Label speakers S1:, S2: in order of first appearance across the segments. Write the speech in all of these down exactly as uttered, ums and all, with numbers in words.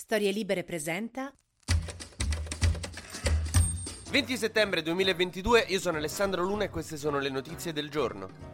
S1: Storie Libere presenta
S2: venti settembre duemilaventidue, io sono Alessandro Luna e queste sono le notizie del giorno.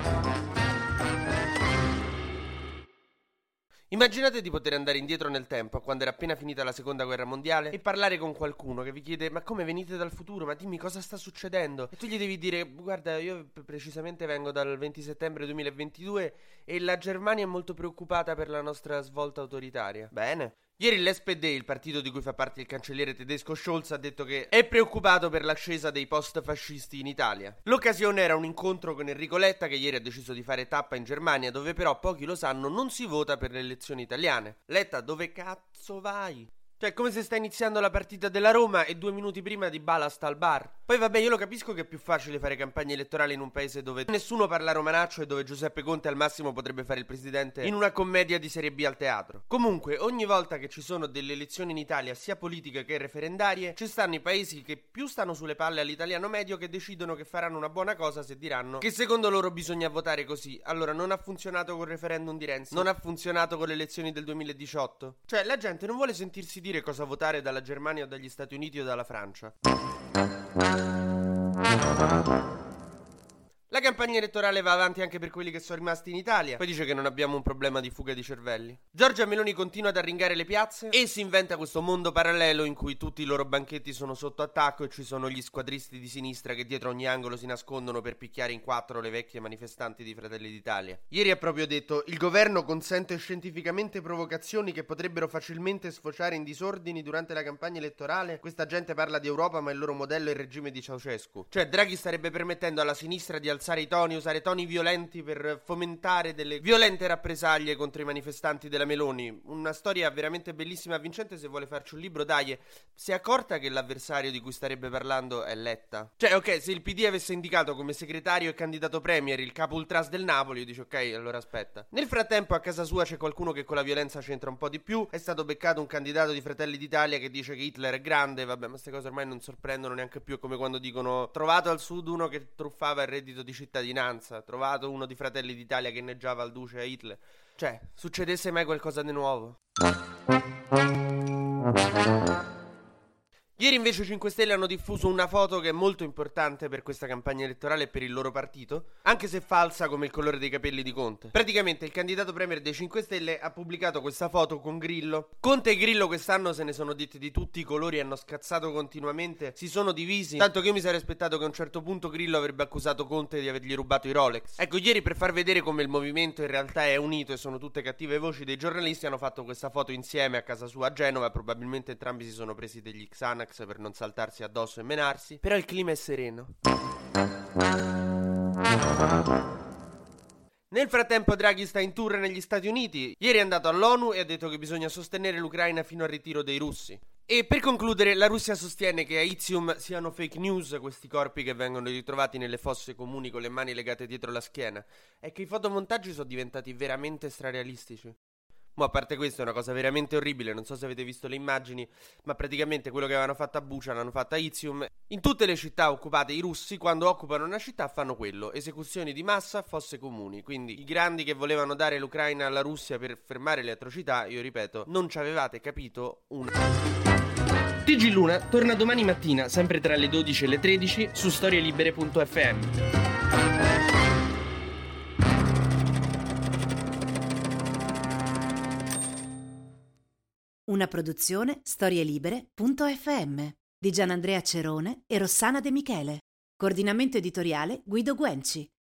S2: Immaginate di poter andare indietro nel tempo, a quando era appena finita la seconda guerra mondiale, e parlare con qualcuno che vi chiede: ma come venite dal futuro? Ma dimmi cosa sta succedendo? E tu gli devi dire: guarda, io precisamente vengo dal venti settembre duemilaventidue e la Germania è molto preoccupata per la nostra svolta autoritaria. Bene. Ieri l'S P D, il partito di cui fa parte il cancelliere tedesco Scholz, ha detto che è preoccupato per l'ascesa dei post-fascisti in Italia. L'occasione era un incontro con Enrico Letta, che ieri ha deciso di fare tappa in Germania, dove però, pochi lo sanno, non si vota per le elezioni italiane. Letta, dove cazzo vai? Cioè, è come se sta iniziando la partita della Roma e due minuti prima Dybala sta al bar. Poi vabbè, io lo capisco che è più facile fare campagna elettorale in un paese dove nessuno parla romanaccio e dove Giuseppe Conte al massimo potrebbe fare il presidente in una commedia di serie B al teatro. Comunque, ogni volta che ci sono delle elezioni in Italia, sia politiche che referendarie, ci stanno i paesi che più stanno sulle palle all'italiano medio, che decidono che faranno una buona cosa se diranno che secondo loro bisogna votare così. Allora, non ha funzionato col referendum di Renzi, non ha funzionato con le elezioni del duemiladiciotto. Cioè, la gente non vuole sentirsi dire cosa votare dalla Germania o dagli Stati Uniti o dalla Francia. La campagna elettorale va avanti anche per quelli che sono rimasti in Italia. Poi dice che non abbiamo un problema di fuga di cervelli. Giorgia Meloni continua ad arringare le piazze e si inventa questo mondo parallelo in cui tutti i loro banchetti sono sotto attacco e ci sono gli squadristi di sinistra che dietro ogni angolo si nascondono per picchiare in quattro le vecchie manifestanti di Fratelli d'Italia. Ieri ha proprio detto: il governo consente scientificamente provocazioni che potrebbero facilmente sfociare in disordini durante la campagna elettorale. Questa gente parla di Europa, ma il loro modello è il regime di Ceausescu. Cioè, Draghi starebbe permettendo alla sinistra di alzare i toni, usare toni violenti per fomentare delle violente rappresaglie contro i manifestanti della Meloni. Una storia veramente bellissima e vincente. Se vuole farci un libro, dai. Si è accorta che l'avversario di cui starebbe parlando è Letta? Cioè, ok, se il P D avesse indicato come segretario e candidato premier il capo ultras del Napoli, io dico ok, allora aspetta. Nel frattempo a casa sua c'è qualcuno che con la violenza c'entra un po' di più. È stato beccato un candidato di Fratelli d'Italia che dice che Hitler è grande. Vabbè, ma queste cose ormai non sorprendono neanche più. È come quando dicono: trovato al sud uno che truffava il reddito di cittadinanza, trovato uno di Fratelli d'Italia che inneggiava al duce a Hitler. Cioè, succedesse mai qualcosa di nuovo? Ieri invece cinque Stelle hanno diffuso una foto che è molto importante per questa campagna elettorale e per il loro partito, anche se falsa come il colore dei capelli di Conte. Praticamente il candidato premier dei cinque Stelle ha pubblicato questa foto con Grillo. Conte e Grillo quest'anno se ne sono detti di tutti i colori, hanno scazzato continuamente, si sono divisi, tanto che io mi sarei aspettato che a un certo punto Grillo avrebbe accusato Conte di avergli rubato i Rolex. Ecco, ieri, per far vedere come il movimento in realtà è unito e sono tutte cattive voci dei giornalisti, hanno fatto questa foto insieme a casa sua a Genova. Probabilmente entrambi si sono presi degli Xanax per non saltarsi addosso e menarsi, però il clima è sereno. Nel frattempo Draghi sta in tour negli Stati Uniti. Ieri è andato all'ONU e ha detto che bisogna sostenere l'Ucraina fino al ritiro dei russi. E per concludere, la Russia sostiene che a Izium siano fake news questi corpi che vengono ritrovati nelle fosse comuni con le mani legate dietro la schiena, e che i fotomontaggi sono diventati veramente strarealistici. Ma a parte questo è una cosa veramente orribile, non so se avete visto le immagini, ma praticamente quello che avevano fatto a Bucha l'hanno fatto a Izium. In tutte le città occupate i russi, quando occupano una città fanno quello: esecuzioni di massa, fosse comuni. Quindi i grandi che volevano dare l'Ucraina alla Russia per fermare le atrocità, io ripeto, non ci avevate capito una... T G Luna torna domani mattina, sempre tra le dodici e le tredici, su storielibere punto effe emme.
S1: Una produzione storielibere punto effe emme di Gianandrea Cerone e Rossana De Michele. Coordinamento editoriale Guido Guenci.